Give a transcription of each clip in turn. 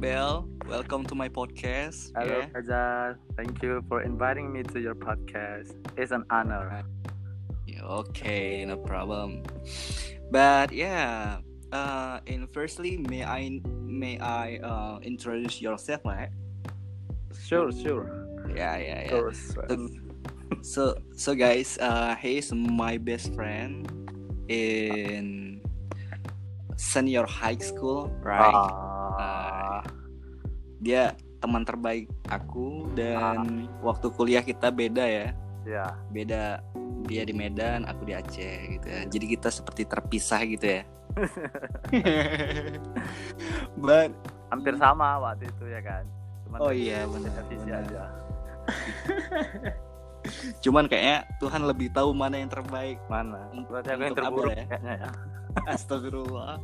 Bel. Welcome to my podcast. Hello, Fajar. Thank you for inviting me to your podcast. It's an honor. Okay, no problem. But firstly, may I introduce yourself, right? Sure. Yeah. Sure. So guys, he's my best friend in senior high school, right? Dia teman terbaik aku dan waktu kuliah kita beda ya. Ya. Beda, dia di Medan, aku di Aceh gitu ya. Jadi kita seperti terpisah gitu ya. But Hampir sama waktu itu ya kan. Cuman benar. visi aja. Cuman kayaknya Tuhan lebih tahu mana yang terbaik. Mana? Berarti aku yang Untuk terburuk Abel ya? kayaknya ya. Astagfirullah.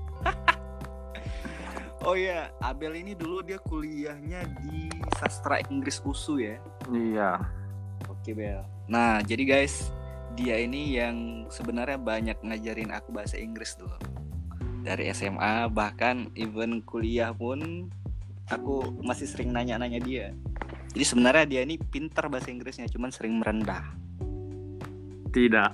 Abel ini dulu dia kuliahnya di sastra Inggris USU ya. Iya. Oke Bel. Nah jadi guys, dia ini yang sebenarnya banyak ngajarin aku bahasa Inggris dulu. Dari SMA bahkan even kuliah pun aku masih sering nanya-nanya dia. Jadi sebenarnya dia ini pintar bahasa Inggrisnya, cuman sering merendah. Tidak.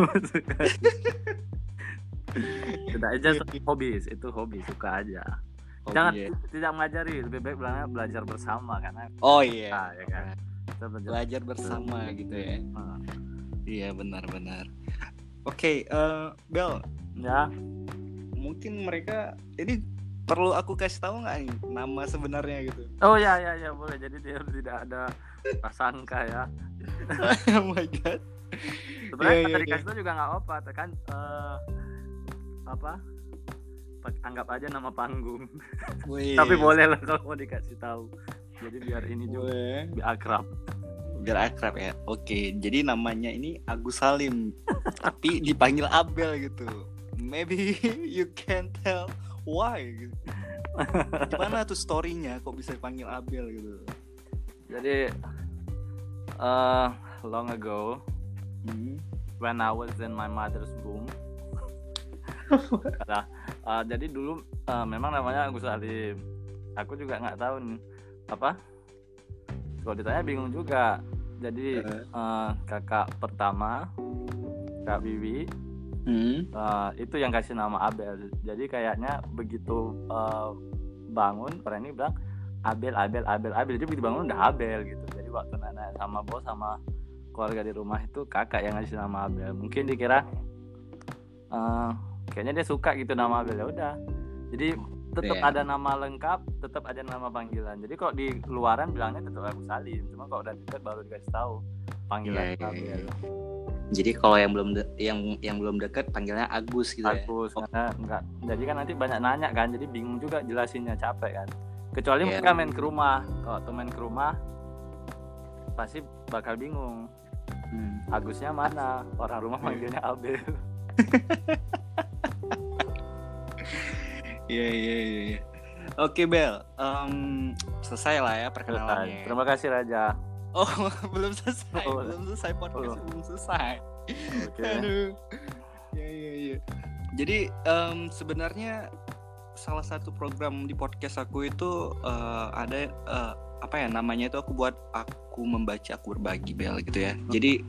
Tidak aja itu hobi suka aja. Jangan tidak mengajari, lebih baik belajar bersama karena ya kan. Kita belajar bersama gitu ya. Iya benar. Oke, Bel. Ya. Mungkin mereka ini perlu aku kasih tahu nggak nih nama sebenarnya gitu? Oh ya boleh. Jadi dia tidak ada prasangka ya. Oh my god. Sebenarnya dikasih tahu juga nggak apa, kan anggap aja nama panggung. Tapi boleh lah kalau mau dikasih tahu. Jadi biar ini juga biar akrab ya. Oke, jadi namanya ini Agus Salim tapi dipanggil Abel gitu. Maybe you can tell why gitu. Gimana tuh story-nya kok bisa dipanggil Abel gitu? Jadi long ago when I was in my mother's womb. Jadi dulu memang namanya Agus Salim. Aku juga nggak tahu nih apa. Kalau ditanya bingung juga. Jadi kakak pertama, Kak Bibi, itu yang kasih nama Abel. Jadi kayaknya begitu bangun orang ini bilang Abel. Jadi begitu bangun udah Abel gitu. Jadi waktu nanya sama bos sama keluarga di rumah itu kakak yang ngasih nama Abel. Mungkin dikira kayaknya dia suka gitu nama Abel, ya udah. Jadi tetap ada nama lengkap, tetap ada nama panggilan. Jadi kalau di luaran bilangnya tetap Agus Salim, cuma kalau udah dekat baru dikasih tahu panggilan Abel. Jadi kalau yang belum dekat panggilnya Agus gitu Agus, karena enggak. Jadi kan nanti banyak nanya kan, jadi bingung juga jelasinnya, capek kan. Kecuali mereka main ke rumah. Kalau tuh main ke rumah pasti bakal bingung. Agusnya mana? Orang rumah manggilnya Abel. Iya. Oke Bel, selesai lah ya perkenalannya. Terima kasih Raja. Oh belum selesai podcast belum selesai. Oke. Aduh. Iya. Jadi sebenarnya salah satu program di podcast aku itu ada namanya itu aku membaca, aku berbagi Bel gitu ya. Jadi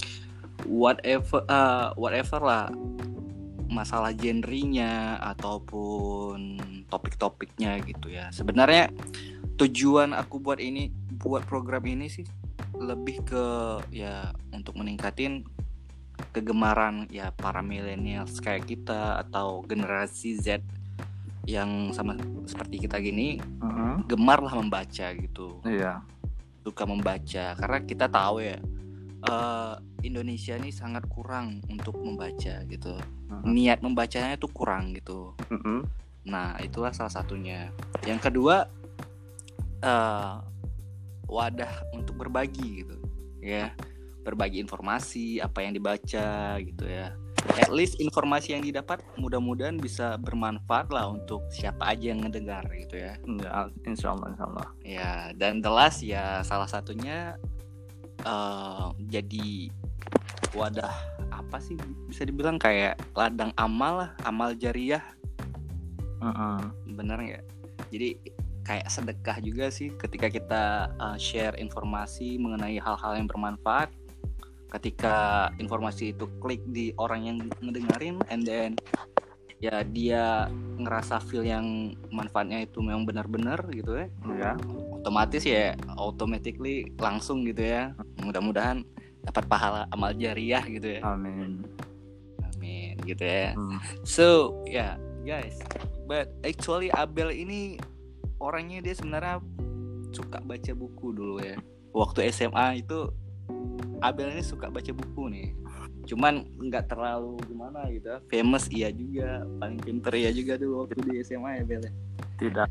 whatever lah masalah genrenya ataupun topik-topiknya gitu ya. Sebenarnya tujuan aku buat program ini sih lebih ke ya untuk meningkatin kegemaran ya para millennials kayak kita atau generasi Z yang sama seperti kita gini, gemar lah membaca gitu. Iya. Suka membaca karena kita tahu ya Indonesia ini sangat kurang untuk membaca gitu. Niat membacanya itu kurang gitu. Nah itulah salah satunya. Yang kedua wadah untuk berbagi gitu ya, berbagi informasi apa yang dibaca gitu ya. At least informasi yang didapat mudah-mudahan bisa bermanfaat lah untuk siapa aja yang ngedengar gitu ya. Insyaallah. Ya, dan the last ya salah satunya jadi wadah apa sih bisa dibilang kayak ladang amal jariah. Bener nggak? Jadi kayak sedekah juga sih ketika kita share informasi mengenai hal-hal yang bermanfaat. Ketika informasi itu klik di orang yang ngedengerin, and then ya dia ngerasa feel yang manfaatnya itu memang benar-benar gitu ya. Ya. Otomatis ya automatically langsung gitu ya. Mudah-mudahan dapat pahala amal jariah gitu ya. Amin. Amin gitu ya. So ya guys, but actually Abel ini orangnya dia sebenarnya suka baca buku dulu ya. Waktu SMA itu Abel ini suka baca buku nih. Cuman nggak terlalu gimana gitu. Famous iya juga, paling pinter iya juga dulu waktu di SMA ya Bel. Tidak.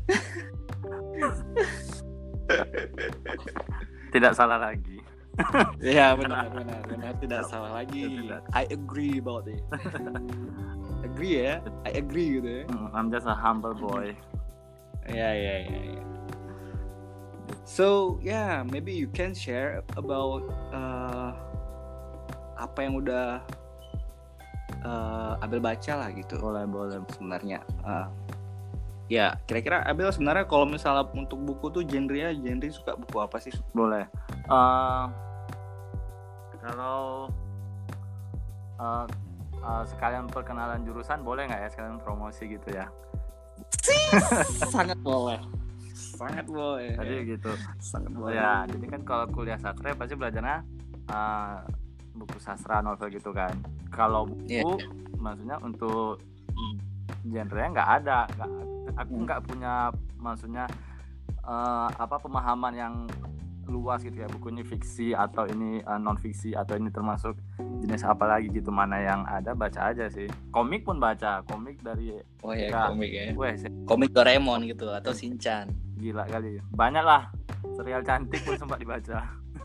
Tidak salah lagi. Ya benar tidak salah lagi. Tidak. I agree about it. Agree ya, I agree gitu ya. I'm just a humble boy. Ya. So yeah, maybe you can share about apa yang udah Abel baca lah gitu. Boleh. Sebenarnya. Ya, kira-kira Abel sebenarnya kalau misalnya untuk buku tuh genre suka buku apa sih? Boleh. Kalau sekalian perkenalan jurusan boleh nggak ya, sekalian promosi gitu ya? Sangat boleh. Jadi gitu. Sangat boleh. Ya, jadi kan kalau kuliah sastra pasti belajarnya buku sastra, novel gitu kan. Kalau buku, maksudnya untuk genre-nya nggak ada. Aku nggak punya, maksudnya pemahaman yang luas gitu ya, buku ini fiksi atau ini non fiksi atau ini termasuk jenis apa lagi gitu. Mana yang ada baca aja sih. Komik pun baca, komik dari komik ya. Komik Doraemon gitu atau Shinchan. Gila kali. Banyak lah. Serial cantik pun sempat dibaca.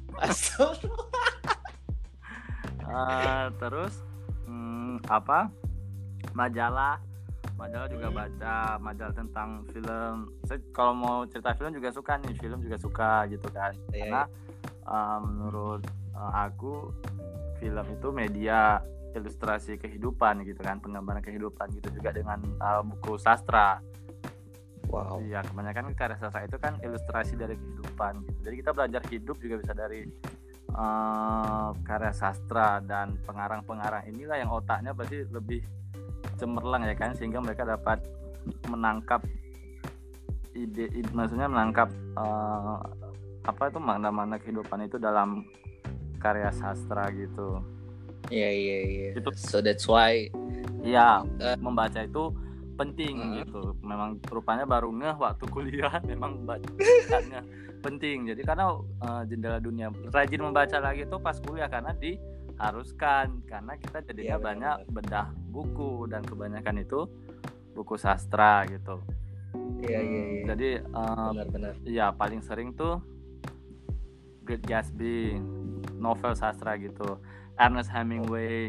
Terus majalah juga baca, majalah tentang film. Saya kalau mau cerita film juga suka nih, film juga suka gitu kan. Karena menurut aku film itu media ilustrasi kehidupan gitu kan, penggambaran kehidupan gitu, juga dengan buku sastra. Wow. Iya, kebanyakan karya sastra itu kan ilustrasi dari kehidupan gitu. Jadi kita belajar hidup juga bisa dari karya sastra, dan pengarang-pengarang inilah yang otaknya pasti lebih cemerlang ya kan, sehingga mereka dapat menangkap ide maksudnya menangkap makna-makna kehidupan itu dalam karya sastra gitu. Iya. So that's why membaca itu penting gitu. Memang rupanya baru ngeh waktu kuliah memang bacanya penting. Jadi karena jendela dunia, rajin membaca lagi itu pas kuliah karena diharuskan, karena kita jadinya banyak bedah buku dan kebanyakan itu buku sastra gitu. Iya. Jadi benar. Iya, paling sering tuh Great Gatsby, novel sastra gitu. Ernest Hemingway.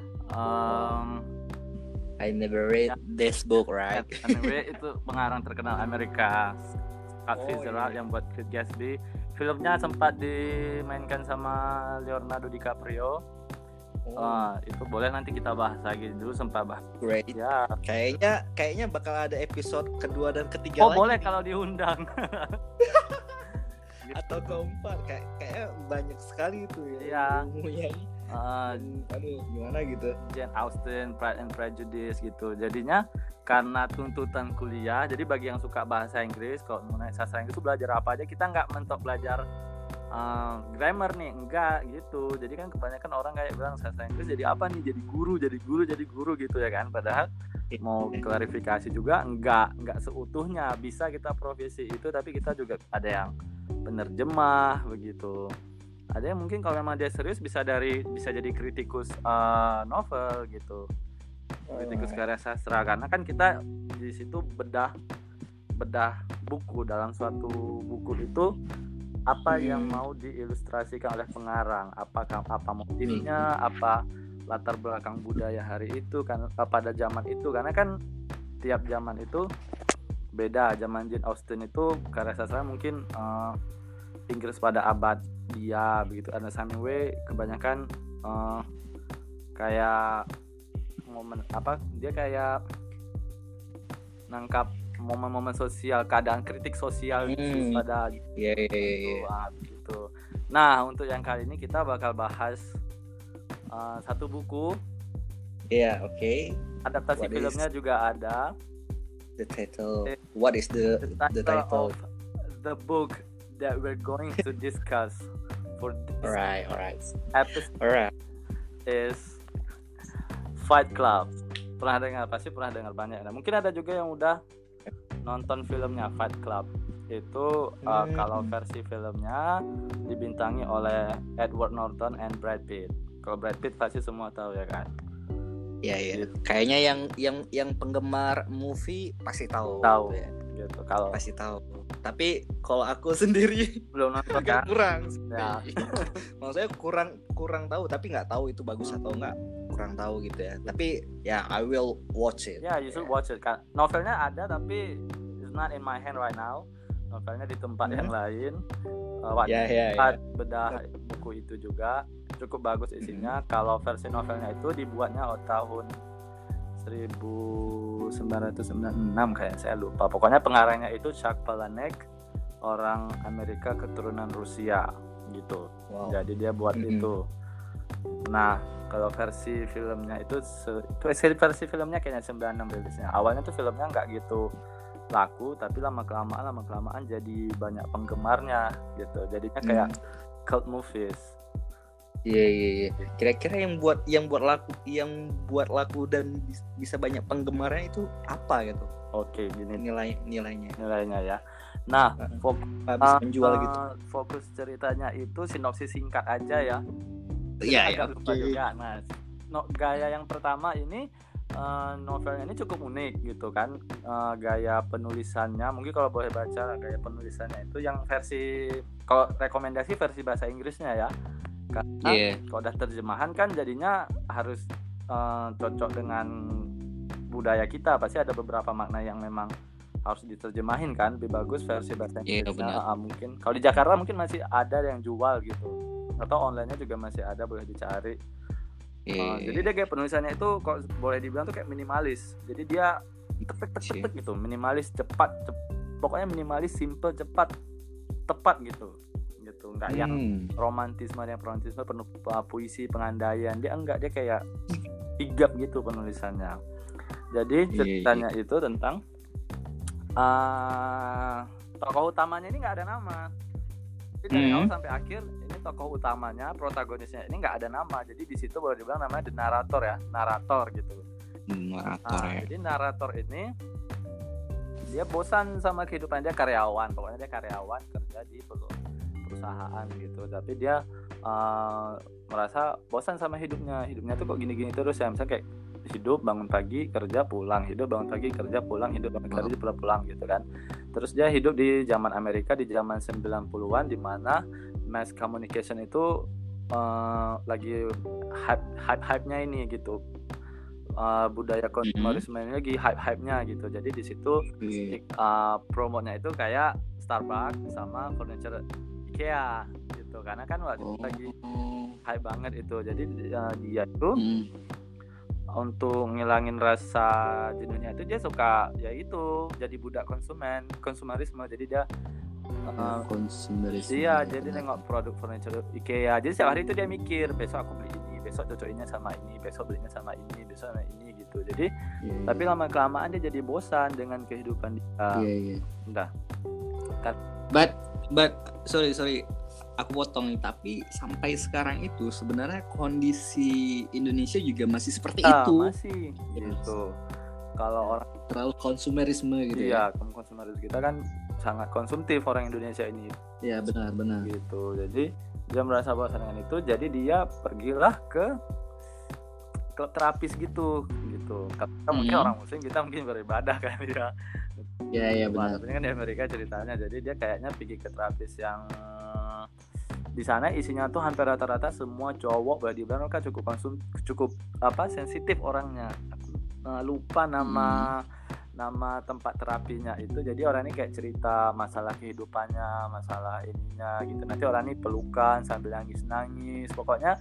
I never read this book, right? Hemingway itu pengarang terkenal Amerika. Scott Fitzgerald yang buat Great Gatsby. Filmnya sempat dimainkan sama Leonardo DiCaprio. Itu boleh nanti kita bahas lagi, dulu sempat bahas. Great. Ya. Kayaknya bakal ada episode kedua dan ketiga lagi. Boleh nih, kalau diundang. Atau keempat, kayaknya banyak sekali itu ya. Gimana gitu. Jane Austen, Pride and Prejudice gitu. Jadinya karena tuntutan kuliah, jadi bagi yang suka bahasa Inggris, kalau mengenai sastra Inggris itu belajar apa aja, kita nggak mentok belajar grammar nih, enggak gitu. Jadi kan kebanyakan orang kayak bilang sastra Inggris jadi apa nih, jadi guru gitu ya kan. Padahal mau klarifikasi juga enggak seutuhnya bisa kita profesi itu, tapi kita juga ada yang penerjemah begitu. Ada yang mungkin kalau memang dia serius bisa jadi kritikus novel gitu. Kritikus karya sastra, karena kan kita di situ bedah buku. Dalam suatu buku itu apa yang mau diilustrasikan oleh pengarang, apa motifnya, apa latar belakang budaya hari itu kan, pada zaman itu, karena kan tiap zaman itu beda. Zaman Jane Austen itu karya sastra mungkin Inggris pada abad dia begitu. Ernest Hemingway kebanyakan kayak momen dia kayak nangkap momen-momen sosial, keadaan kritik sosial pada gitu. Nah, untuk yang kali ini kita bakal bahas satu buku. Oke. Adaptasi filmnya juga ada. The title. What is the title of the book that we're going to discuss for this episode is Fight Club. Pasti pernah dengar banyak. Nah, mungkin ada juga yang udah nonton filmnya Fight Club. Itu kalau versi filmnya dibintangi oleh Edward Norton and Brad Pitt. Kalau Brad Pitt pasti semua tahu ya kan. Iya. Kayaknya yang penggemar movie pasti tahu. Ya. Gitu. Kalau pasti tahu. Tapi kalau aku sendiri belum nonton kan? Kurang. Ya. Maksudnya kurang tahu, tapi nggak tahu itu bagus atau enggak. Kurang tahu gitu ya. Tapi ya I will watch it. Ya, you should watch it kan. Novelnya ada tapi it's not in my hand right now. Novelnya di tempat yang lain. Bedah buku itu juga cukup bagus isinya. Kalau versi novelnya itu dibuatnya tahun 1996 kayak, saya lupa. Pokoknya pengarangnya itu Chuck Palahniuk, orang Amerika keturunan Rusia gitu. Wow. Jadi dia buat itu. Nah, kalau versi filmnya itu versi filmnya kayaknya 96 rilisnya. Awalnya tuh filmnya nggak gitu laku, tapi lama kelamaan jadi banyak penggemarnya gitu. Jadinya kayak cult movies. Iya. Kira-kira yang buat laku dan bisa banyak penggemarnya itu apa gitu? Oke, gini nilainya ya. Nah, habis menjual gitu. Fokus ceritanya itu sinopsis singkat aja ya. Iya. Lupa juga. Nah, gaya yang pertama ini novelnya ini cukup unik gitu kan. Gaya penulisannya, mungkin kalau boleh baca gaya penulisannya itu yang versi, kalau rekomendasi versi bahasa Inggrisnya ya. Karena kalau udah terjemahan kan jadinya harus cocok dengan budaya kita. Pasti ada beberapa makna yang memang harus diterjemahin kan. Lebih bagus versi bahasa Inggrisnya. Mungkin kalau di Jakarta mungkin masih ada yang jual gitu, atau online-nya juga masih ada, boleh dicari. Jadi dia kayak penulisannya itu kalau boleh dibilang tuh kayak minimalis. Jadi dia tek gitu, minimalis, cepat. Pokoknya minimalis, simple, cepat, tepat gitu. Enggak yang romantisme penuh puisi, pengandaian. Dia enggak, dia kayak higap gitu penulisannya. Jadi ceritanya itu tentang tokoh utamanya ini nggak ada nama. Jadi dari awal sampai akhir ini tokoh utamanya, protagonisnya ini nggak ada nama. Jadi di situ boleh dibilang namanya the narrator ya, narator gitu. Jadi narator ini dia bosan sama kehidupan, dia karyawan. Pokoknya dia karyawan kerja di perusahaan gitu, tapi dia merasa bosan sama hidupnya tuh kok gini-gini terus ya. Misalnya kayak hidup bangun pagi kerja pulang, hidup bangun pagi kerja pulang, hidup bangun pagi pulang gitu kan. Terus dia hidup di zaman Amerika di zaman 90-an di mana mass communication itu lagi hype-nya ini gitu. Budaya konsumerisme ini lagi hype-nya gitu. Jadi di situ promonya itu kayak Starbucks sama furniture IKEA gitu, karena kan waktu itu lagi hype banget itu. Jadi dia itu untuk ngilangin rasa jenuhnya itu dia suka ya itu jadi budak konsumerisme. Jadi dia konsumerisme. Iya, jadi nengok produk furniture IKEA. Jadi setiap hari itu dia mikir, besok aku beli ini, besok cocokinnya sama ini, besok belinya sama ini, besok sama ini gitu. Jadi tapi lama kelamaan dia jadi bosan dengan kehidupan dia. Udah. But sorry aku potong nih, tapi sampai sekarang itu sebenarnya kondisi Indonesia juga masih seperti itu. Masih gitu. Kalau orang terlalu konsumerisme gitu. Iya, konsumerisme kita kan sangat konsumtif orang Indonesia ini. Iya, benar. Gitu. Jadi dia merasa bosan dengan itu, jadi dia pergilah ke klub terapis gitu. Karena mungkin orang muslim, kita mungkin beribadah kan ya. Iya benar. Ini kan di Amerika ceritanya. Jadi dia kayaknya pergi ke terapis yang di sana isinya tuh hampir rata-rata semua cowok, boleh dibilang kan cukup sensitif orangnya. Lupa nama tempat terapinya itu. Jadi orang ini kayak cerita masalah kehidupannya, masalah ininya gitu. Nanti orang ini pelukan sambil nangis. Pokoknya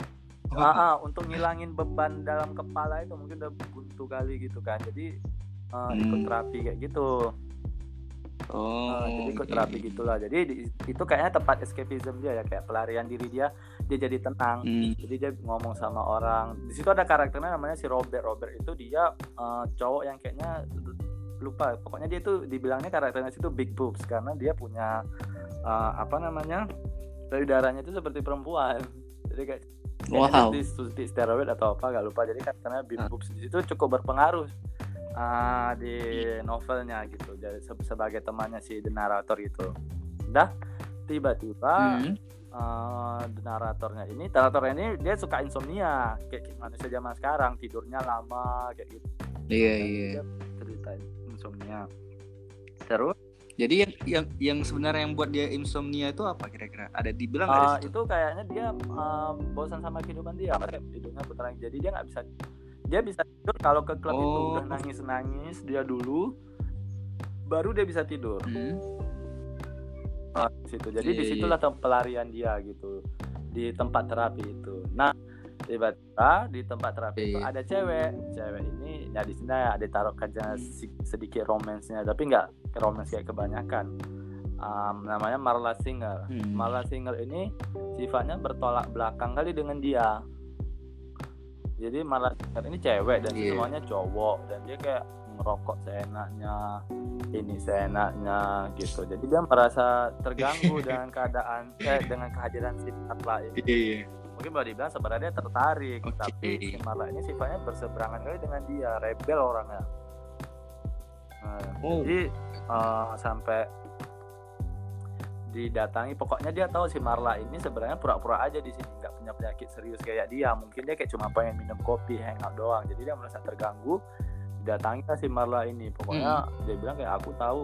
untuk ngilangin beban dalam kepala itu mungkin udah buntu kali gitu kan. Jadi ikut terapi kayak gitu. Jadi ikut terapi gitulah. Jadi itu kayaknya tempat escapism dia ya, kayak pelarian diri dia jadi tenang. Jadi dia ngomong sama orang. Di situ ada karakternya namanya si Robert. Robert itu dia cowok yang kayaknya lupa. Pokoknya dia itu dibilangnya karakternya situ big boobs karena dia punya payudaranya itu seperti perempuan. Jadi kayak disuntik steroid atau apa gak lupa. Jadi karakternya big boobs di situ cukup berpengaruh di novelnya gitu, jadi sebagai temannya si The Narrator itu. Udah tiba-tiba The Narratornya ini dia suka insomnia kayak manusia zaman sekarang, tidurnya lama kayak gitu. Dia cerita insomnia. Terus jadi yang sebenarnya yang buat dia insomnia itu apa kira-kira? Ada dibilang nggak? Itu kayaknya dia bosan sama kehidupan dia, hidupnya putaran. Jadi dia bisa tidur kalau ke klub itu udah nangis dia dulu, baru dia bisa tidur. Situ. Jadi disitulah pelarian dia gitu, di tempat terapi itu. Nah tiba-tiba di tempat terapi itu ada cewek ini ya, di sini ada taruhkannya sedikit romansnya, tapi nggak romans kayak kebanyakan. Namanya Marla Singer. Marla Singer ini sifatnya bertolak belakang kali dengan dia. Jadi Marla Singer ini cewek dan semuanya cowok, dan dia kayak merokok seenaknya, ini seenaknya gitu. Jadi dia merasa terganggu dengan keadaan dengan kehadiran si Marla ini. Mungkin boleh dibilang sebenarnya dia tertarik, tapi si Marla ini sifatnya berseberangan kali dengan dia, rebel orangnya. Jadi sampai didatangi, pokoknya dia tahu si Marla ini sebenarnya pura-pura aja di sini, nggak punya penyakit serius kayak dia. Mungkin dia kayak cuma pengen minum kopi, hangout doang. Jadi dia merasa terganggu. Didatangi si Marla ini, pokoknya dia bilang kayak aku tahu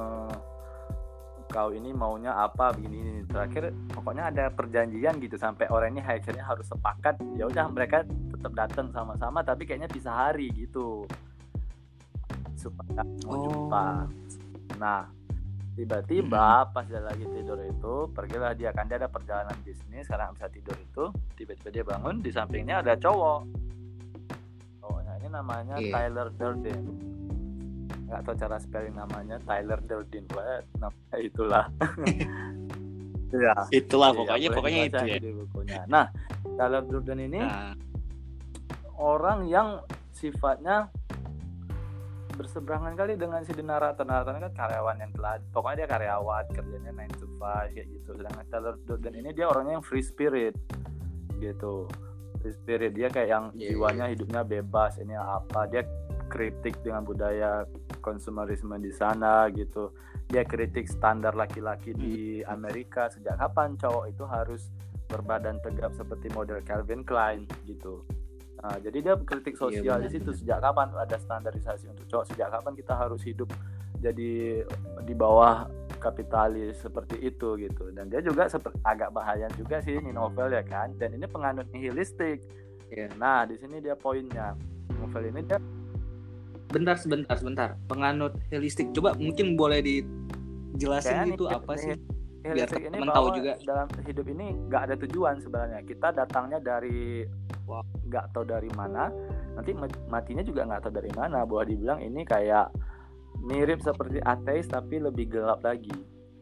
kau ini maunya apa begini. Terakhir pokoknya ada perjanjian gitu, sampai orang ini akhirnya harus sepakat. Ya udah mereka tetap datang sama-sama, tapi kayaknya pisah hari gitu supaya mau jumpa. Nah tiba-tiba pas dia lagi tidur itu, pergilah dia, kan dia ada perjalanan bisnis, sekarang bisa tidur itu. Tiba-tiba dia bangun, di sampingnya ada cowoknya ini namanya Tyler Durden. Nggak tahu cara spelling namanya, Tyler Durden, namanya itulah. Ya, itulah pokoknya itu ya. Nah Tyler Durden ini orang yang sifatnya berseberangan kali dengan si The Narrator. Narrator kan karyawan yang pokoknya dia karyawan, kerjanya 9 to 5 kayak gitu. Sedangkan Tyler Durden ini dia orangnya yang free spirit gitu. Free spirit, dia kayak yang jiwanya hidupnya bebas, ini apa, dia kritik dengan budaya konsumerisme di sana gitu. Dia kritik standar laki-laki di Amerika, sejak kapan cowok itu harus berbadan tegap seperti model Calvin Klein gitu. Nah, jadi dia kritik sosial di situ. Sejak kapan ada standarisasi untuk cowok? Sejak kapan kita harus hidup jadi di bawah kapitalis seperti itu gitu. Dan dia juga agak bahaya juga sih ini novel ya kan. Dan ini penganut nihilistik. Nah, di sini dia poinnya. Novel ini dia sebentar. Penganut nihilistik. Coba mungkin boleh dijelasin itu apa sih? Biar teman tahu juga. Dalam hidup ini nggak ada tujuan sebenarnya. Kita datangnya dari nggak tahu dari mana, nanti matinya juga nggak tahu dari mana. Boleh dibilang ini kayak mirip seperti ateis tapi lebih gelap lagi.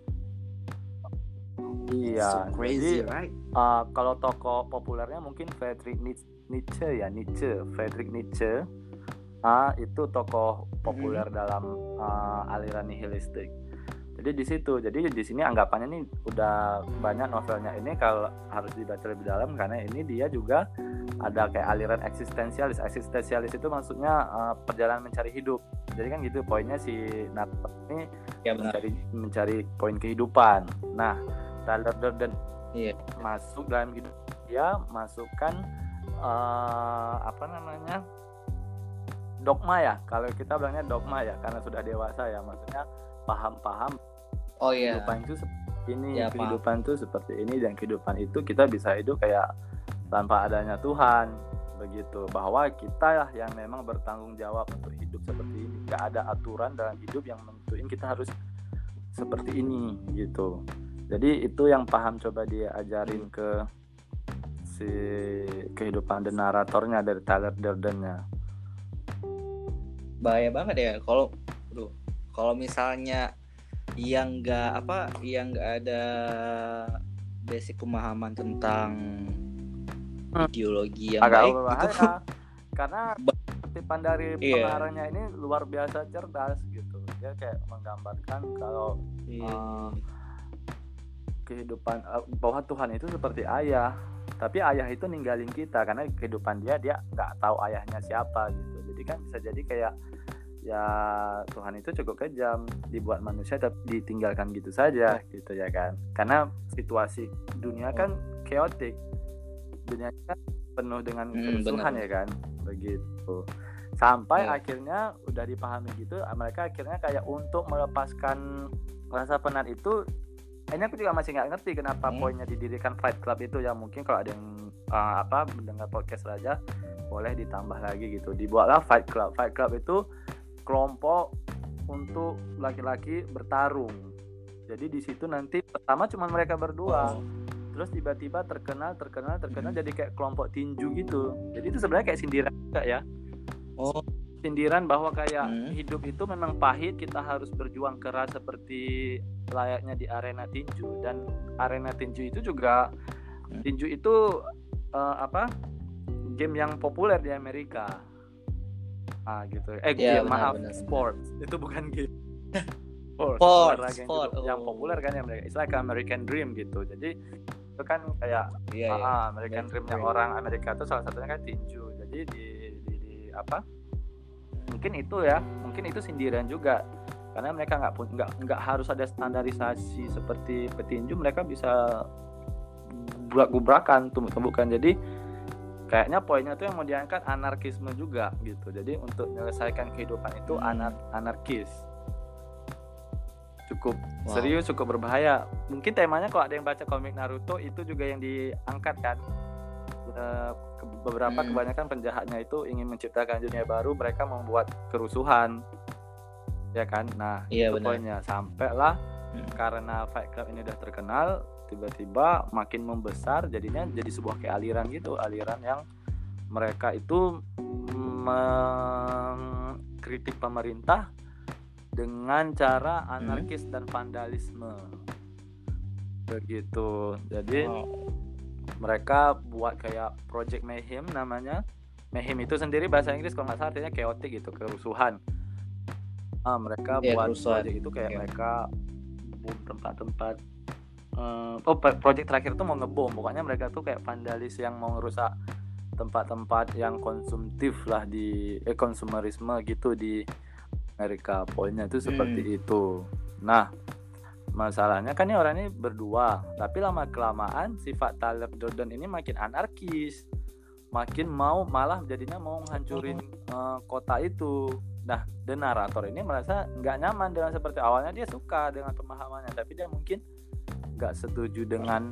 Iya. So crazy, jadi, right? Kalau tokoh populernya mungkin Friedrich Nietzsche. Itu tokoh populer dalam aliran nihilistik. Jadi di situ, jadi di sini anggapannya nih udah banyak novelnya ini kalau harus dibaca lebih dalam, karena ini dia juga ada kayak aliran eksistensialis. Eksistensialis itu maksudnya perjalanan mencari hidup. Jadi kan gitu poinnya si Narrator ini mencari poin kehidupan. Nah, Tyler Durden masuk dalam hidup dia, masukkan dogma ya. Kalau kita bilangnya dogma ya, karena sudah dewasa ya, maksudnya paham-paham kehidupan itu seperti ini, kehidupan itu seperti ini, dan kehidupan itu kita bisa hidup kayak tanpa adanya Tuhan begitu, bahwa kita lah yang memang bertanggung jawab untuk hidup seperti ini. Gak ada aturan dalam hidup yang menentuin kita harus seperti ini gitu. Jadi itu yang paham coba dia ajarin ke si kehidupan The Narratornya dari Tyler Durdennya. bahaya banget ya kalau misalnya yang nggak ada basic pemahaman tentang ideologi yang agak baik berbahaya gitu. Karena kutipan dari Iya. pengarangnya ini luar biasa cerdas gitu. Dia kayak menggambarkan kalau kehidupan bahwa Tuhan itu seperti ayah, tapi ayah itu ninggalin kita karena kehidupan dia nggak tahu ayahnya siapa gitu. Jadi kan bisa jadi kayak ya Tuhan itu cukup kejam, dibuat manusia tapi ditinggalkan gitu saja gitu ya kan, karena situasi dunia kan chaotic, dunia kan penuh dengan kerusuhan ya kan, begitu. Sampai akhirnya udah dipahami gitu, mereka akhirnya kayak untuk melepaskan rasa penat itu. Ini aku juga masih nggak ngerti kenapa poinnya didirikan Fight Club itu ya. Mungkin kalau ada yang mendengar podcast Raja boleh ditambah lagi gitu. Dibuatlah Fight Club. Fight Club itu kelompok untuk laki-laki bertarung. Jadi di situ nanti pertama cuma mereka berdua. Terus tiba-tiba terkenal jadi kayak kelompok tinju gitu. Jadi itu sebenarnya kayak sindiran juga ya. Sindiran bahwa kayak hidup itu memang pahit, kita harus berjuang keras seperti layaknya di arena tinju. Dan arena tinju itu juga tinju itu game yang populer di Amerika. Gitu. Sports. Itu bukan game. Sport. Yang populer kan ya mereka. It's like American Dream gitu. Jadi itu kan kayak American Dream yang orang Amerika itu salah satunya kan tinju. Jadi di mungkin itu sindiran juga karena mereka nggak harus ada standarisasi seperti petinju, mereka bisa gubrak-gubrakan, tumbuk-tumbukan. Jadi kayaknya poinnya tuh yang mau diangkat anarkisme juga gitu. Jadi untuk menyelesaikan kehidupan itu anarkis, cukup serius, cukup berbahaya. Mungkin temanya kalau ada yang baca komik Naruto itu juga yang diangkat kan. Beberapa kebanyakan penjahatnya itu ingin menciptakan dunia baru, mereka membuat kerusuhan ya kan. Nah itu poinnya. Sampailah karena Fight Club ini udah terkenal, tiba-tiba makin membesar, jadinya jadi sebuah aliran gitu, aliran yang mereka itu mengkritik pemerintah dengan cara anarkis dan vandalisme begitu. Jadi mereka buat kayak Project Mayhem namanya. Mayhem itu sendiri bahasa Inggris kalau nggak salah artinya chaotic gitu, kerusuhan. Mereka buat project itu kayak mereka bom tempat-tempat. Project terakhir tuh mau ngebom. Pokoknya mereka tuh kayak vandalis yang mau ngerusak tempat-tempat yang konsumtif lah di konsumerisme gitu di Amerika. Poinnya itu seperti itu. Nah, masalahnya kan ini orang ini berdua, tapi lama-kelamaan sifat Tyler Durden ini makin anarkis, makin malah jadinya mau menghancurin kota itu. Nah, The Narrator ini merasa nggak nyaman dengan seperti awalnya. Dia suka dengan pemahamannya, tapi dia mungkin nggak setuju dengan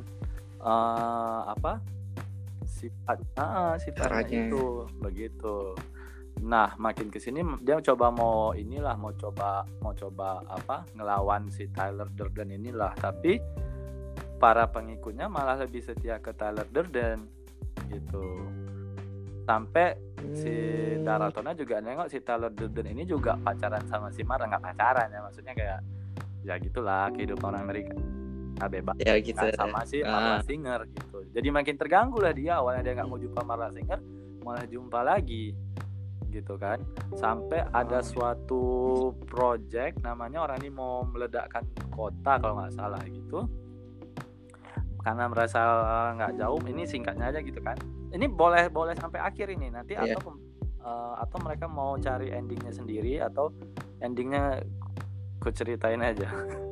sifatnya itu begitu. Nah, makin kesini dia mau coba ngelawan si Tyler Durden inilah, tapi para pengikutnya malah lebih setia ke Tyler Durden gitu. Sampai si Daratona juga nengok si Tyler Durden ini juga pacaran sama si Mara, nggak pacaran ya, maksudnya kayak ya gitulah kehidupan orang Amerika bebas ya, gitu, sama si Marla Singer gitu. Jadi makin terganggu lah dia. Awalnya dia nggak mau jumpa Marla Singer, malah jumpa lagi gitu kan. Sampai ada suatu project namanya orang ini mau meledakkan kota kalau nggak salah gitu, karena merasa nggak jauh. Ini singkatnya aja gitu kan. Ini boleh sampai akhir ini nanti atau mereka mau cari endingnya sendiri, atau endingnya ku ceritain aja.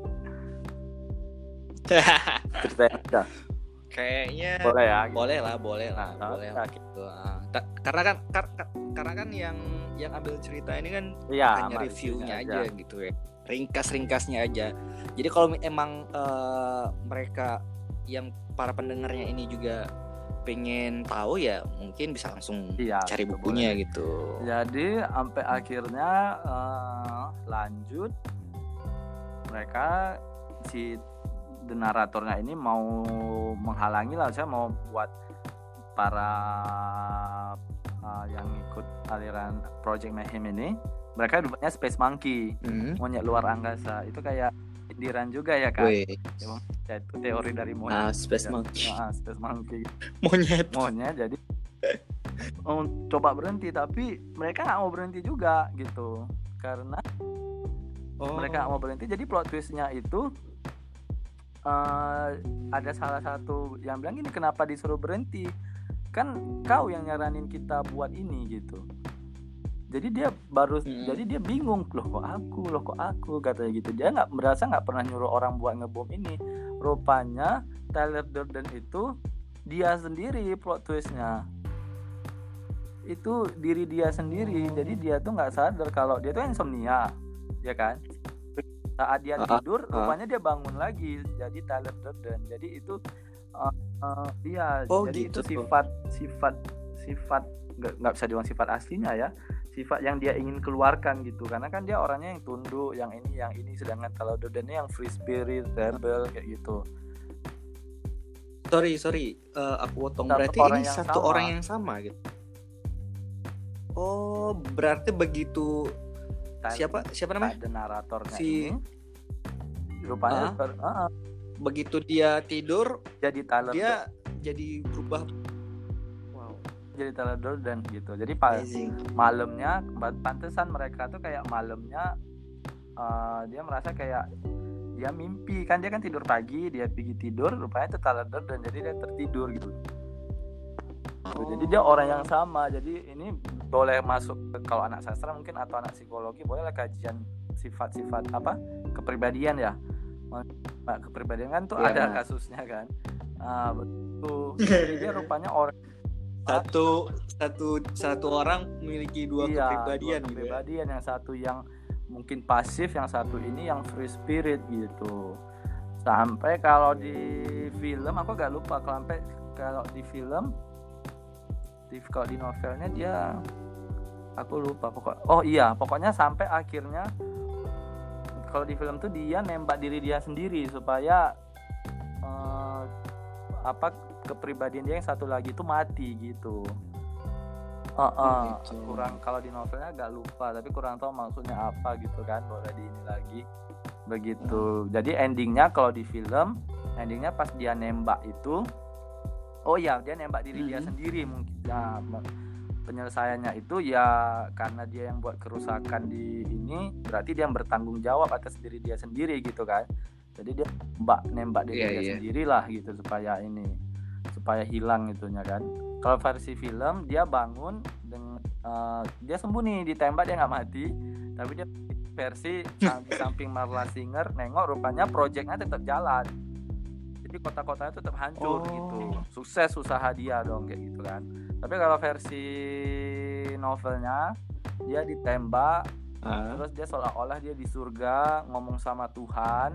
Ceritain aja. Kayaknya boleh ya gitu. boleh lah gitu. Karena kan yang ambil cerita ini kan hanya reviewnya aja gitu ya, ringkasnya aja. Jadi kalau emang mereka yang para pendengarnya ini juga pengen tahu ya mungkin bisa langsung cari bukunya boleh. Gitu. Jadi sampai akhirnya lanjut mereka si The Narratornya ini mau menghalangi lah, saya mau buat para yang ikut aliran Project Mayhem ini, mereka rupanya Space Monkey, monyet luar angkasa. Itu kayak sindiran juga ya kan? Ya, itu teori dari monyet. Space Monkey. Space Monkey. Monyet. Jadi coba berhenti, tapi mereka nggak mau berhenti juga gitu, karena mereka nggak mau berhenti. Jadi plot twistnya itu ada salah satu yang bilang gini, kenapa disuruh berhenti, kan kau yang nyaranin kita buat ini gitu. Jadi dia jadi dia bingung, loh kok aku katanya gitu. Dia nggak pernah nyuruh orang buat ngebom ini. Rupanya Tyler Durden itu dia sendiri plot twistnya itu diri dia sendiri. Jadi dia tuh nggak sadar kalau dia tuh insomnia, ya kan? Saat dia tidur, rupanya dia bangun lagi. Jadi Tyler Durden. Jadi itu dia. Jadi gitu, itu sifat nggak bisa dibilang sifat aslinya ya. Sifat yang dia ingin keluarkan gitu. Karena kan dia orangnya yang tunduk, yang ini. Sedangkan Tyler Durden yang free spirit, rebel kayak gitu. Sorry, aku potong. Berarti ini satu orang yang sama gitu. Oh, berarti begitu. Siapa namanya? Ada naratornya si ini. Rupanya begitu dia tidur, jadi Tyler dia jadi berubah. Wow. Jadi Tyler Durden gitu. Jadi malamnya, pantesan mereka tuh kayak malamnya dia merasa kayak dia mimpi kan, dia kan tidur pagi, dia pergi tidur, rupanya itu Tyler Durden, jadi dia tertidur gitu. Jadi dia orang yang sama. Jadi ini boleh masuk kalau anak sastra mungkin atau anak psikologi bolehlah kajian sifat-sifat kepribadian ya. Kepribadian kan tuh ada kasusnya kan. Betul. Jadi dia rupanya orang satu orang memiliki dua kepribadian. Dua kepribadian, yang satu yang mungkin pasif, yang satu ini yang free spirit gitu. Sampai kalau di film aku agak lupa, kalau di film kalau di novelnya dia aku lupa pokoknya sampai akhirnya kalau di film tuh dia nembak diri dia sendiri supaya kepribadian dia yang satu lagi itu mati gitu. Kurang, kalau di novelnya agak lupa, tapi kurang tahu maksudnya apa gitu kan, boleh di ini lagi begitu. Jadi endingnya kalau di film, endingnya pas dia nembak itu dia nembak diri dia sendiri mungkin. Nah, penyelesaiannya itu ya karena dia yang buat kerusakan di ini, berarti dia yang bertanggung jawab atas diri dia sendiri gitu kan. Jadi dia nembak diri dia sendirilah gitu supaya hilang itunya kan. Kalau versi film dia bangun dengan dia sembuh nih, ditembak dia nggak mati, tapi dia versi di samping Marla Singer nengok rupanya proyeknya tetap jalan. Jadi kota-kotanya tetap hancur gitu. Sukses usaha dia dong kayak gitu kan. Tapi kalau versi novelnya dia ditembak, terus dia seolah-olah dia di surga ngomong sama Tuhan.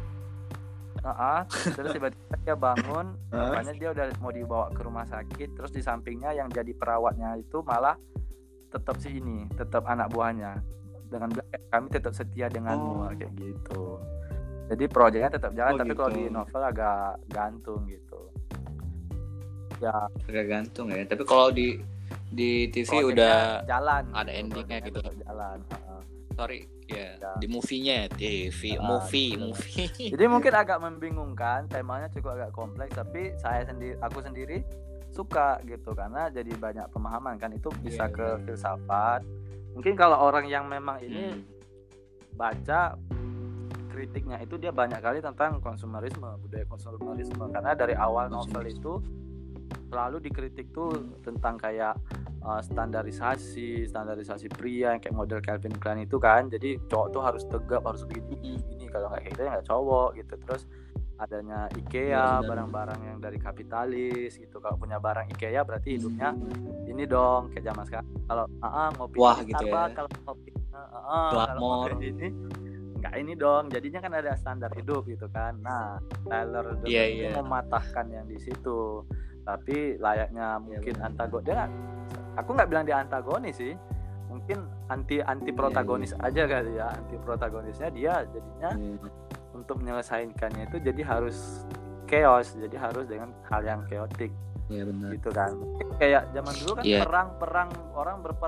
Terus tiba-tiba dia bangun, makanya dia udah mau dibawa ke rumah sakit. Terus di sampingnya yang jadi perawatnya itu malah tetap tetap anak buahnya, dengan kami tetap setia denganmu kayak gitu. Jadi proyeknya tetap jalan, tapi gitu. Kalau di novel agak gantung gitu. Ya. Agak gantung ya. Tapi kalau di TV udah jalan. Ada endingnya gitu. Jalan. Sorry ya. Di movie-nya TV, movie. Jadi mungkin agak membingungkan, temanya cukup agak kompleks, tapi aku sendiri suka gitu karena jadi banyak pemahaman kan, itu bisa ke filsafat. Mungkin kalau orang yang memang ini baca kritiknya itu dia banyak kali tentang budaya konsumerisme, karena dari awal novel itu selalu dikritik tuh tentang kayak standarisasi pria yang kayak model Calvin Klein itu kan. Jadi cowok tuh harus tegap, harus begini, kalau nggak kayak gitu ya nggak cowok gitu. Terus adanya IKEA, barang-barang yang dari kapitalis gitu. Kalau punya barang IKEA berarti hidupnya ini dong kayak zaman sekarang. Kalau ngopi gitu ya. Kalau ngopi kalau ini nggak ini dong, jadinya kan ada standar hidup gitu kan. Nah, Tyler Durden mematahkan yang di situ, tapi layaknya mungkin antagonis. Aku nggak bilang dia antagonis sih, mungkin anti protagonis aja kali ya. Anti protagonisnya dia jadinya untuk menyelesaikannya itu jadi harus chaos, jadi harus dengan hal yang chaotic. Iya benar. Gitu kan. Kayak zaman dulu kan perang orang berperang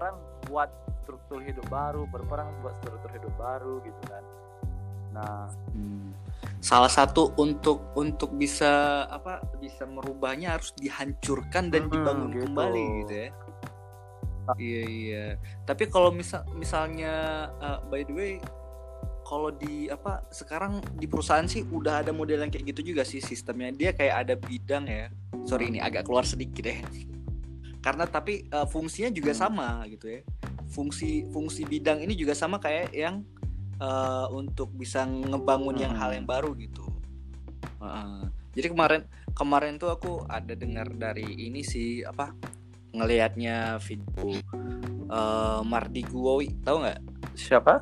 buat struktur hidup baru, berperang buat struktur hidup baru gitu kan. Nah, salah satu untuk bisa merubahnya harus dihancurkan dan dibangun gitu. kembali gitu ya. Iya. Tapi kalau misalnya by the way, kalau sekarang di perusahaan sih udah ada model yang kayak gitu juga sih sistemnya. Dia kayak ada bidang ya. Sorry ini agak keluar sedikit ya. Karena tapi fungsinya juga sama gitu ya. Fungsi bidang ini juga sama kayak yang untuk bisa ngebangun yang hal yang baru gitu. Jadi kemarin tuh aku ada dengar dari ini sih ngelihatnya video Mardi Guowi, tahu nggak? Siapa?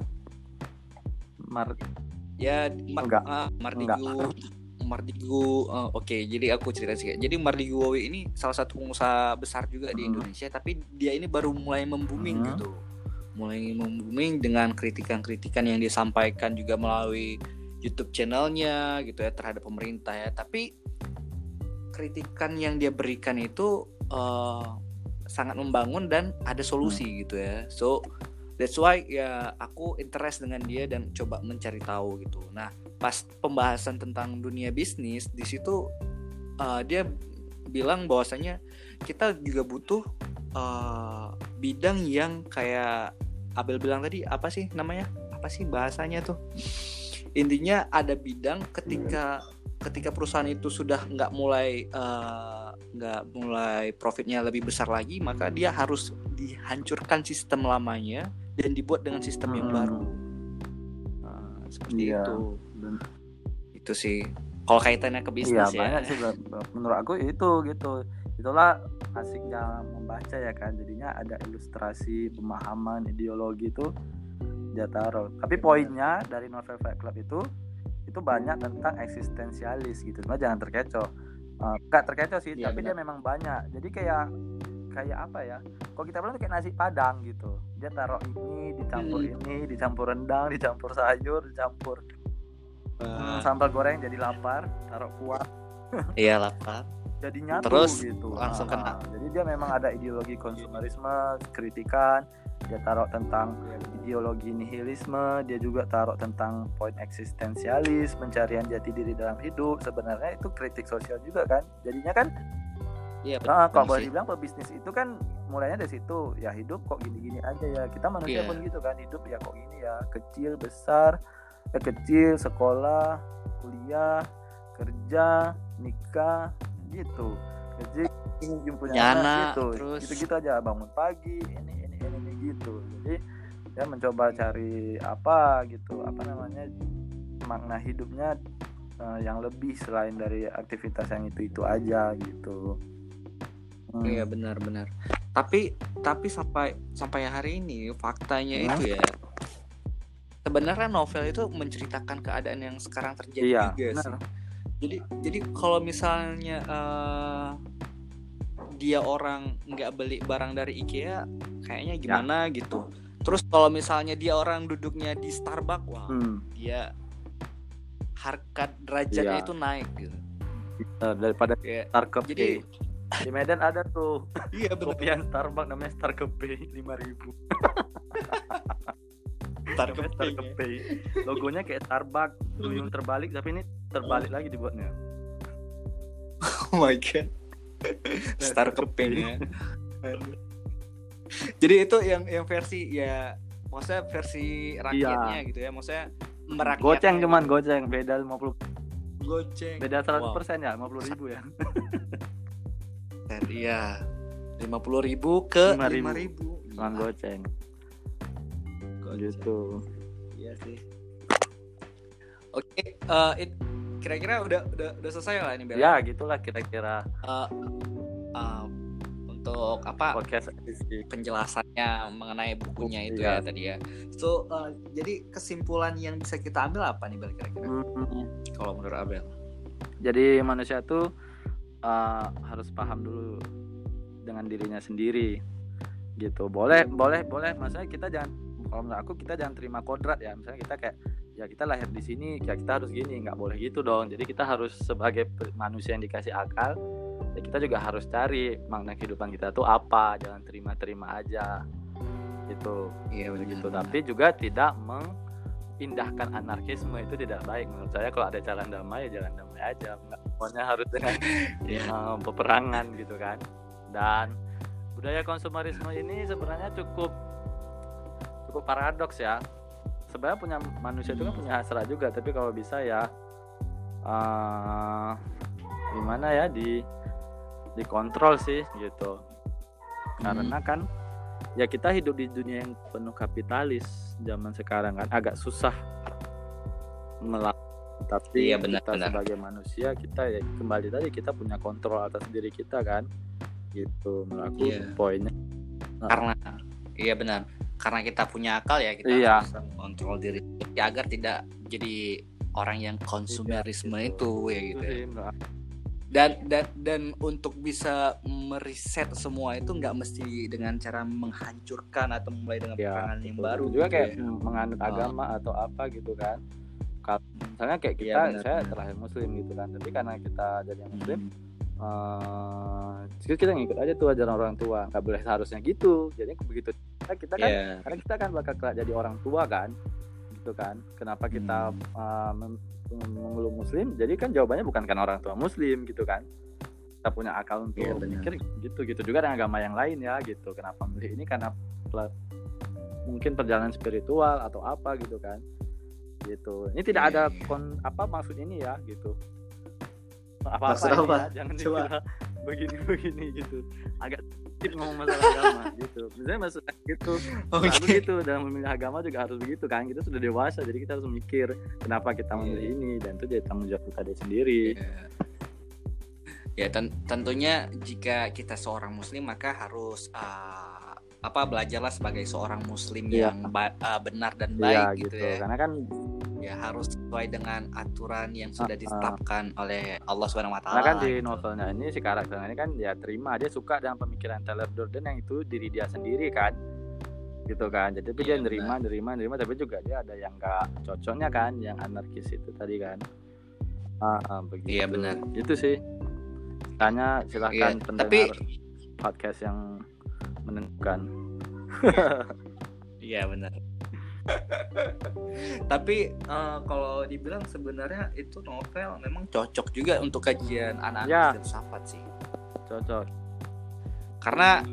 Mardi Gu. Oke, jadi aku cerita sih. Jadi Mardi Guowi ini salah satu pengusaha besar juga di Indonesia, tapi dia ini baru mulai membooming gitu. Mulai membooming dengan kritikan-kritikan yang disampaikan juga melalui YouTube channelnya gitu ya terhadap pemerintah ya. Tapi kritikan yang dia berikan itu sangat membangun dan ada solusi gitu ya. So that's why ya aku interest dengan dia dan coba mencari tahu gitu. Nah pas pembahasan tentang dunia bisnis di situ dia bilang bahwasanya kita juga butuh bidang yang kayak Abel bilang tadi, apa sih namanya? Apa sih bahasanya tuh? Intinya ada bidang ketika perusahaan itu sudah nggak mulai profitnya lebih besar lagi, maka dia harus dihancurkan sistem lamanya dan dibuat dengan sistem yang baru. Seperti itu. Itu sih. Kalau kaitannya ke bisnis ya. Banyak sih menurut aku itu gitu. Itulah asiknya membaca ya kan. Jadinya ada ilustrasi, pemahaman, ideologi itu dia taruh. Tapi poinnya dari novel Fight Club itu banyak tentang eksistensialis gitu. Cuma jangan terkecoh. Enggak terkecoh sih, tapi benar. Dia memang banyak. Jadi kayak apa ya? Kalau kita bilang tuh kayak nasi padang gitu. Dia taruh ini, dicampur ini, dicampur rendang, dicampur sayur, dicampur sambal goreng jadi lapar, taruh kuah. Iya, lapar. Jadi nyatu terus gitu. Langsung kena. Jadi dia memang ada ideologi konsumerisme, kritikan, dia taruh tentang ideologi nihilisme, dia juga taruh tentang poin eksistensialis, pencarian jati diri dalam hidup. Sebenarnya itu kritik sosial juga kan. Jadinya kan kalau boleh dibilang pebisnis itu kan mulainya dari situ. Ya hidup kok gini-gini aja ya. Kita manusia pun gitu kan, hidup ya kok gini ya, kecil besar, kecil sekolah, kuliah, kerja, nikah gitu. Kecil punya anak gitu aja, bangun pagi ini gitu. Jadi dia mencoba cari makna hidupnya yang lebih selain dari aktivitas yang itu aja gitu. Iya benar. Tapi sampai hari ini faktanya itu ya sebenarnya novel itu menceritakan keadaan yang sekarang terjadi juga sih. Jadi kalau misalnya dia orang nggak beli barang dari IKEA, kayaknya gimana gitu. Terus kalau misalnya dia orang duduknya di Starbucks, dia harkat derajatnya itu naik gitu. Daripada Starcup. Jadi di Medan ada tuh. Iya benar. Kopian Starbucks namanya Starcup 5.000. Starcup. Logonya kayak Starbucks, duyung terbalik, tapi ini terbalik lagi dibuatnya. Oh my god. Starcup ya. Jadi itu yang versi ya, maksudnya versi rakyatnya gitu ya, maksudnya merakyat. Goceng beda 50. Goceng. Beda 100% ya, 50.000 ya. Iya. 50.000 ke 5.000. Cuman goceng. Gitu. Iya sih. Oke, kira-kira udah selesai lah ini Bella. Ya, gitulah kira-kira. Untuk podcast penjelasannya mengenai bukunya itu ya tadi ya. So jadi kesimpulan yang bisa kita ambil apa nih Bel kira-kira? Kalau menurut Abel? Jadi manusia tuh harus paham dulu dengan dirinya sendiri gitu. Boleh. Maksudnya kita jangan, kalau menurut aku kita jangan terima kodrat ya. Misalnya kita kayak ya kita lahir di sini, ya kita harus gini, nggak boleh gitu dong. Jadi kita harus sebagai manusia yang dikasih akal, ya kita juga harus cari makna kehidupan kita tuh apa. Jangan terima aja itu. Iya Begitu. benar. Tapi juga tidak mengindahkan anarkisme, itu tidak baik menurut saya. Kalau ada jalan damai ya jalan damai aja, nggak semuanya harus dengan Iya. peperangan gitu kan. Dan budaya konsumerisme ini sebenarnya cukup paradoks ya. Sebenarnya punya manusia itu kan punya hasrat juga, tapi kalau bisa ya gimana ya, dikontrol sih gitu. Karena kan ya kita hidup di dunia yang penuh kapitalis zaman sekarang kan, agak susah melawan. Tapi Iya, benar, kita benar. sebagai manusia, kita ya kembali tadi, kita punya kontrol atas diri kita kan, gitu menurut aku. Iya. Poinnya Karena iya benar. Karena kita punya akal ya, kita Iya. harus bisa mengontrol diri ya, agar tidak jadi orang yang konsumerisme itu ya gitu ya. sih menurut aku. Dan untuk bisa meriset semua itu nggak mesti dengan cara menghancurkan atau mulai dengan Ya, peperangan yang betul. baru juga gitu kayak ya. menganut agama atau apa gitu kan. Kalau misalnya kayak Iya, kita, benar, saya benar. terakhir muslim gitu kan, tapi karena kita jadi yang muslim, kita ngikut aja tuh ajaran orang tua, nggak boleh seharusnya gitu. Jadi begitu kita kan, Iya. karena kita kan bakal kelak jadi orang tua kan, gitu kan. Kenapa kita mengeluh muslim? Jadi kan jawabannya bukan karena orang tua muslim gitu kan. Kita punya akal untuk Iya, benar. mikir gitu juga dengan agama yang lain ya gitu. Kenapa milih ini? Karena mungkin perjalanan spiritual atau apa gitu kan, gitu. Ini tidak ada apa maksud ini ya gitu. Apa-apa Maksud ini apa? ya, jangan Coba. dikira begini gitu. Agak sedikit ngomong masalah agama gitu. Misalnya maksudnya gitu. Oke. Lalu gitu, dalam memilih agama juga harus begitu kan. Kita sudah dewasa, jadi kita harus mikir kenapa kita memilih ini, dan itu jadi tanggung jawab kita sendiri. Ya tentunya jika kita seorang muslim maka harus belajarlah sebagai seorang muslim Iya. yang benar dan Iya baik gitu gitu. ya. Karena kan Ya harus sesuai dengan aturan yang sudah ditetapkan oleh Allah Subhanahu wa karena taala. kan di gitu. novelnya ini, si karakternya ini kan dia terima, dia suka dengan pemikiran Tyler Durden yang itu diri dia sendiri kan, gitu kan. Jadi tapi dia Iya, nerima, tapi juga dia ada yang nggak cocoknya kan, yang anarkis itu tadi kan. Begitu. Iya, benar. Itu sih. Tanya silahkan Iya, pendengar tapi podcast yang menentukan. iya benar. Tapi kalau dibilang sebenarnya itu novel memang cocok juga untuk kajian anak-anak Ya. filsafat sih. Cocok. Karena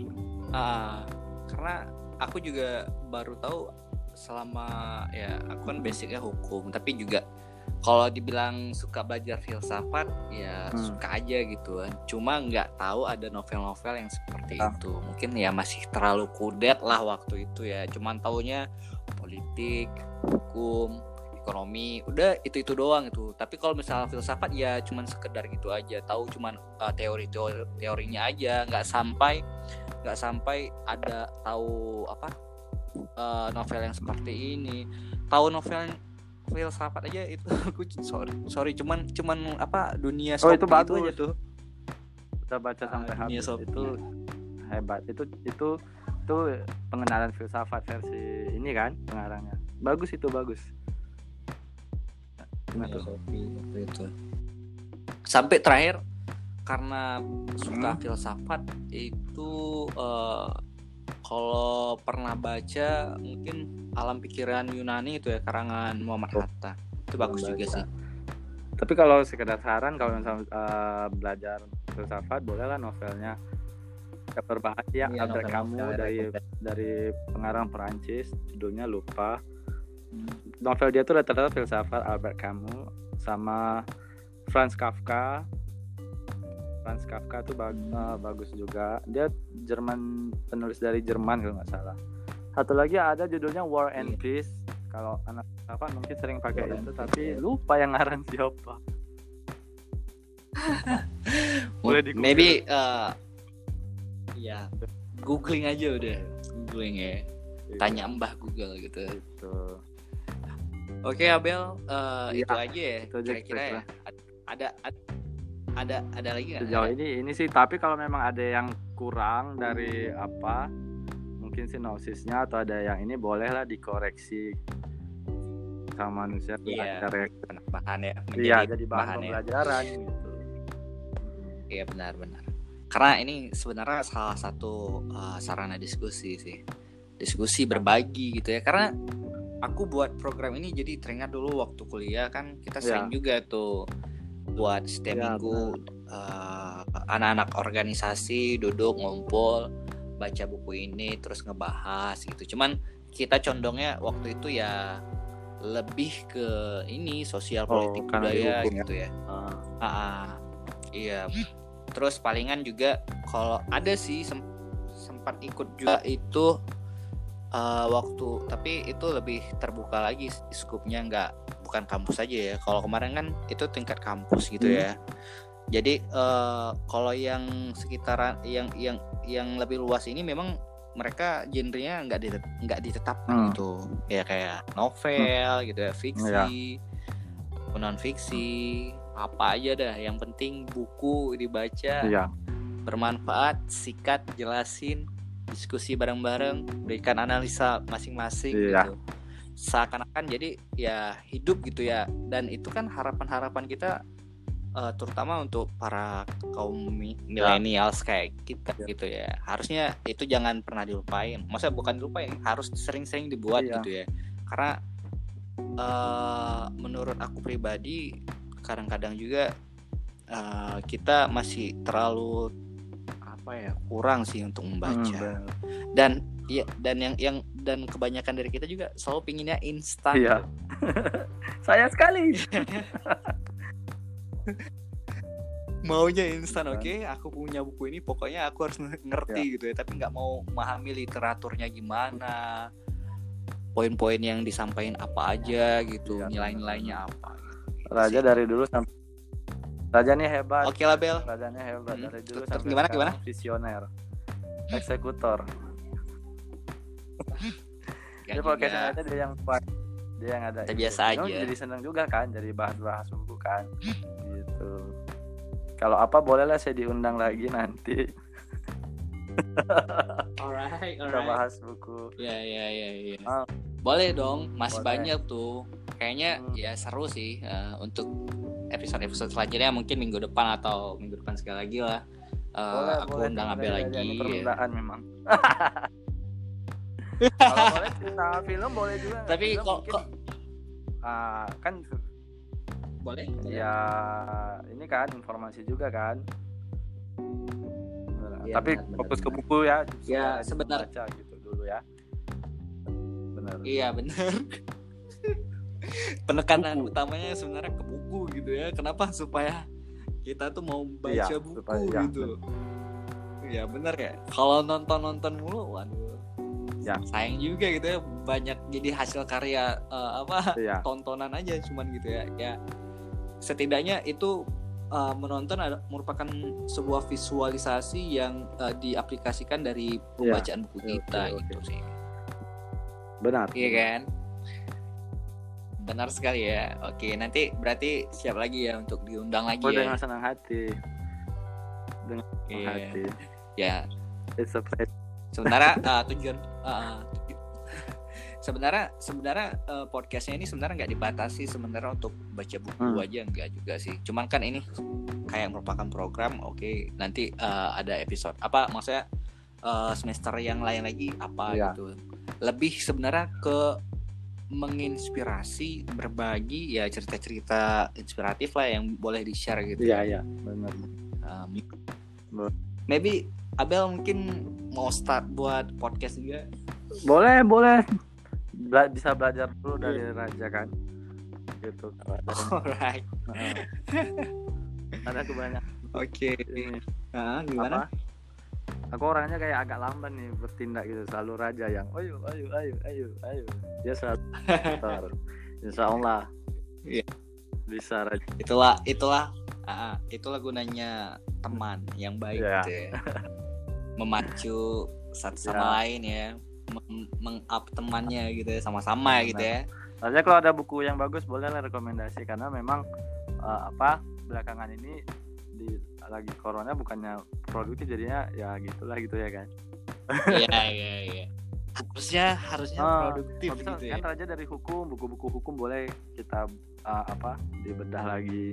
aku juga baru tahu selama ya aku kan basicnya hukum, tapi juga kalau dibilang suka belajar filsafat ya suka aja gitu kan. Cuma nggak tahu ada novel-novel yang seperti itu. Mungkin ya masih terlalu kudet lah waktu itu ya. Cuman taunya politik, hukum, ekonomi, udah itu doang itu. Tapi kalau misalnya filsafat ya cuman sekedar gitu aja. Tahu cuman teorinya aja, nggak sampai ada tahu novel yang seperti ini. Tahu novel filsafat aja itu aku sorry cuman dunia Oh, Sophie itu bagus aja tuh. Kita baca sampai Dunia habis, Sophie. itu hebat. Itu pengenalan filsafat versi ini kan, pengarangnya. Bagus. Dunia Sophie itu. Sampai terakhir karena suka filsafat itu kalau pernah baca mungkin Alam Pikiran Yunani itu ya, karangan Muhammad Hatta. Itu bagus juga sih. Tapi kalau sekedar saran, kalau misalnya belajar filsafat, bolehlah novelnya Berbahaya Albert Camus dari pengarang Perancis, judulnya lupa. Novel dia tuh rata-rata filsafat, Albert Camus sama Franz Kafka tuh bagus juga. Dia penulis dari Jerman kalau nggak salah. Satu lagi ada judulnya War and Peace. Kalau anak mungkin sering pakai itu, tapi lupa yang ngarang siapa. Boleh di Google. Maybe ya googling aja udah. Googling ya. Tanya Mbah Google gitu. Oke Abel, itu aja ya. Itu aja Kira-kira ya. Ada lagi nggak? Sejauh ini sih, tapi kalau memang ada yang kurang dari mungkin sinopsisnya atau ada yang ini, bolehlah dikoreksi sama manusia. Iya, bahan ya. Iya, jadi bahan pembelajaran gitu. Iya benar. Karena ini sebenarnya salah satu sarana diskusi sih. diskusi, berbagi gitu ya. Karena aku buat program ini jadi teringat dulu waktu kuliah kan kita sering juga tuh buat setiap minggu anak-anak organisasi duduk ngumpul baca buku ini terus ngebahas gitu. Cuman kita condongnya waktu itu ya lebih ke ini sosial politik budaya gitu ya. Iya. Terus palingan juga kalau ada sih sempat ikut juga itu waktu, tapi itu lebih terbuka lagi skupnya, bukan kampus aja ya. Kalau kemarin kan itu tingkat kampus gitu ya. Jadi kalau yang sekitaran yang lebih luas ini memang mereka genrenya nggak ditetapkan gitu ya, kayak novel gitu ya, fiksi, non fiksi, apa aja dah, yang penting buku dibaca, bermanfaat, sikat, jelasin, diskusi bareng-bareng, berikan analisa masing-masing gitu. Seakan-akan jadi ya hidup gitu ya. Dan itu kan harapan-harapan kita terutama untuk para kaum millennials kayak kita gitu ya. Harusnya itu jangan pernah dilupain. Maksudnya bukan dilupain, harus sering-sering dibuat gitu ya. Karena menurut aku pribadi kadang-kadang juga kita masih terlalu kurang sih untuk membaca. Dan dan kebanyakan dari kita juga selalu pinginnya instan. Iya. Saya sekali. Maunya instan, oke, aku punya buku ini pokoknya aku harus ngerti gitu ya, tapi nggak mau memahami literaturnya gimana, poin-poin yang disampaikan apa aja gitu, nilai-nilainya apa gitu. Raja dari dulu sampai Raja nih hebat. Oke lah Bel. Rajanya hebat dari dulu sampai gimana? Visioner, eksekutor. Jadi podcastnya aja dia yang buat, dia yang ada. Biasa aja. Jadi seneng juga kan, jadi bahas-bahas buku kan, gitu. Kalau apa bolehlah saya diundang lagi nanti. Alright. Kita bahas buku. Ya. Boleh dong, masih banyak tuh. Kayaknya ya seru sih untuk episode-episode selanjutnya, mungkin minggu depan atau minggu depan sekali lagi lah. Aku undang Abel lagi. Ini permintaan memang. Kalau boleh cerita film boleh juga. Tapi kok kan boleh? Ya ini kan informasi juga kan. Ya, tapi fokus ke buku ya. Ya sebenarnya gitu dulu ya. Benar. Iya benar. Penekanan utamanya sebenarnya ke buku gitu ya. Kenapa? Supaya kita tuh mau baca buku gitu. Iya benar ya. Kalau nonton mulu, waduh. Ya. Sayang juga gitu ya, banyak jadi hasil karya tontonan aja cuman gitu ya. Ya setidaknya itu menonton merupakan sebuah visualisasi yang diaplikasikan dari pembacaan buku kita gitu sih. Benar. Iya kan? Benar sekali ya. Oke, nanti berarti siap lagi ya untuk diundang lagi ya. Dengan senang hati. Dengan senang hati. Ya. It's a pleasure. Sebenarnya tujuan sebenarnya podcastnya ini sebenarnya nggak dibatasi sebenarnya untuk baca buku aja, enggak juga sih. Cuman kan ini kayak merupakan program. Oke, nanti ada episode apa maksudnya semester yang lain lagi apa gitu. Lebih sebenarnya ke menginspirasi, berbagi ya, cerita-cerita inspiratif lah yang boleh di-share gitu. Iya, benar. Maybe Abel mungkin mau start buat podcast juga. Boleh. Bisa belajar dulu dari Raja kan. Gitu. Alright. Ada kebanyakan. Oke. Gimana? Apa? Aku orangnya kayak agak lamban nih bertindak gitu, selalu Raja yang ayo. Dia selalu Insya Allah. Iya. Bisa Raja. Itulah gunanya teman yang baik gitu ya. Memacu satu sama lain ya, meng-up temannya gitu ya, sama-sama gitu ya. Soalnya kalau ada buku yang bagus bolehlah rekomendasi, karena memang belakangan ini lagi corona bukannya produktif, jadinya ya gitulah gitu ya kan. Iya. Harusnya produktif gitu ya. Kan Raja dari hukum, buku-buku hukum boleh kita dibedah lagi.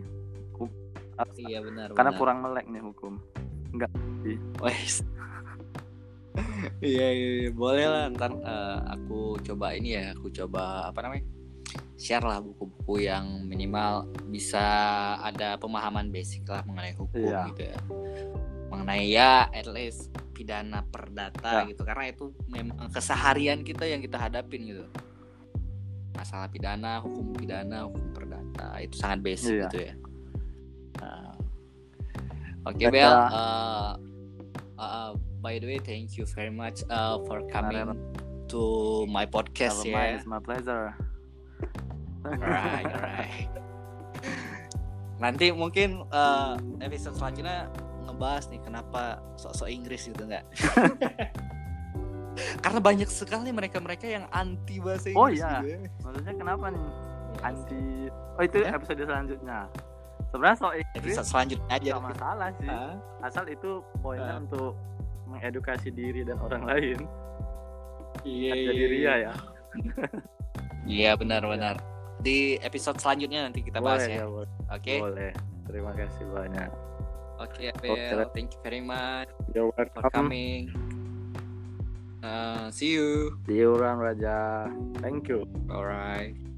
Iya benar. Karena kurang melek nih hukum. Enggak sih. Iya, boleh lah ntar aku coba ini ya, aku coba apa namanya, share lah buku-buku yang minimal bisa ada pemahaman basic lah mengenai hukum gitu ya, mengenai ya at least pidana perdata gitu, karena itu memang keseharian kita yang kita hadapin gitu, masalah pidana, hukum perdata itu sangat basic gitu ya. Oke, Bel. By the way, thank you very much for coming to my podcast ya. It's my pleasure. Alright. Nanti mungkin episode selanjutnya ngebahas nih kenapa sok-sok Inggris gitu nggak? Karena banyak sekali mereka yang anti bahasa Inggris. Oh iya. Gitu ya. Maksudnya kenapa nih anti? Oh itu episode selanjutnya. Sebenarnya soal Inggris episode selanjutnya aja. Gak masalah sih. Asal itu poinnya untuk mengedukasi diri dan orang lain. Iya. Jadi ria ya. Iya benar. Di episode selanjutnya nanti kita bahas ya. Oke. Boleh. Terima kasih banyak. Oke, Abel. Thank you very much for coming. See you. See you, Ran Raja. Thank you. Alright.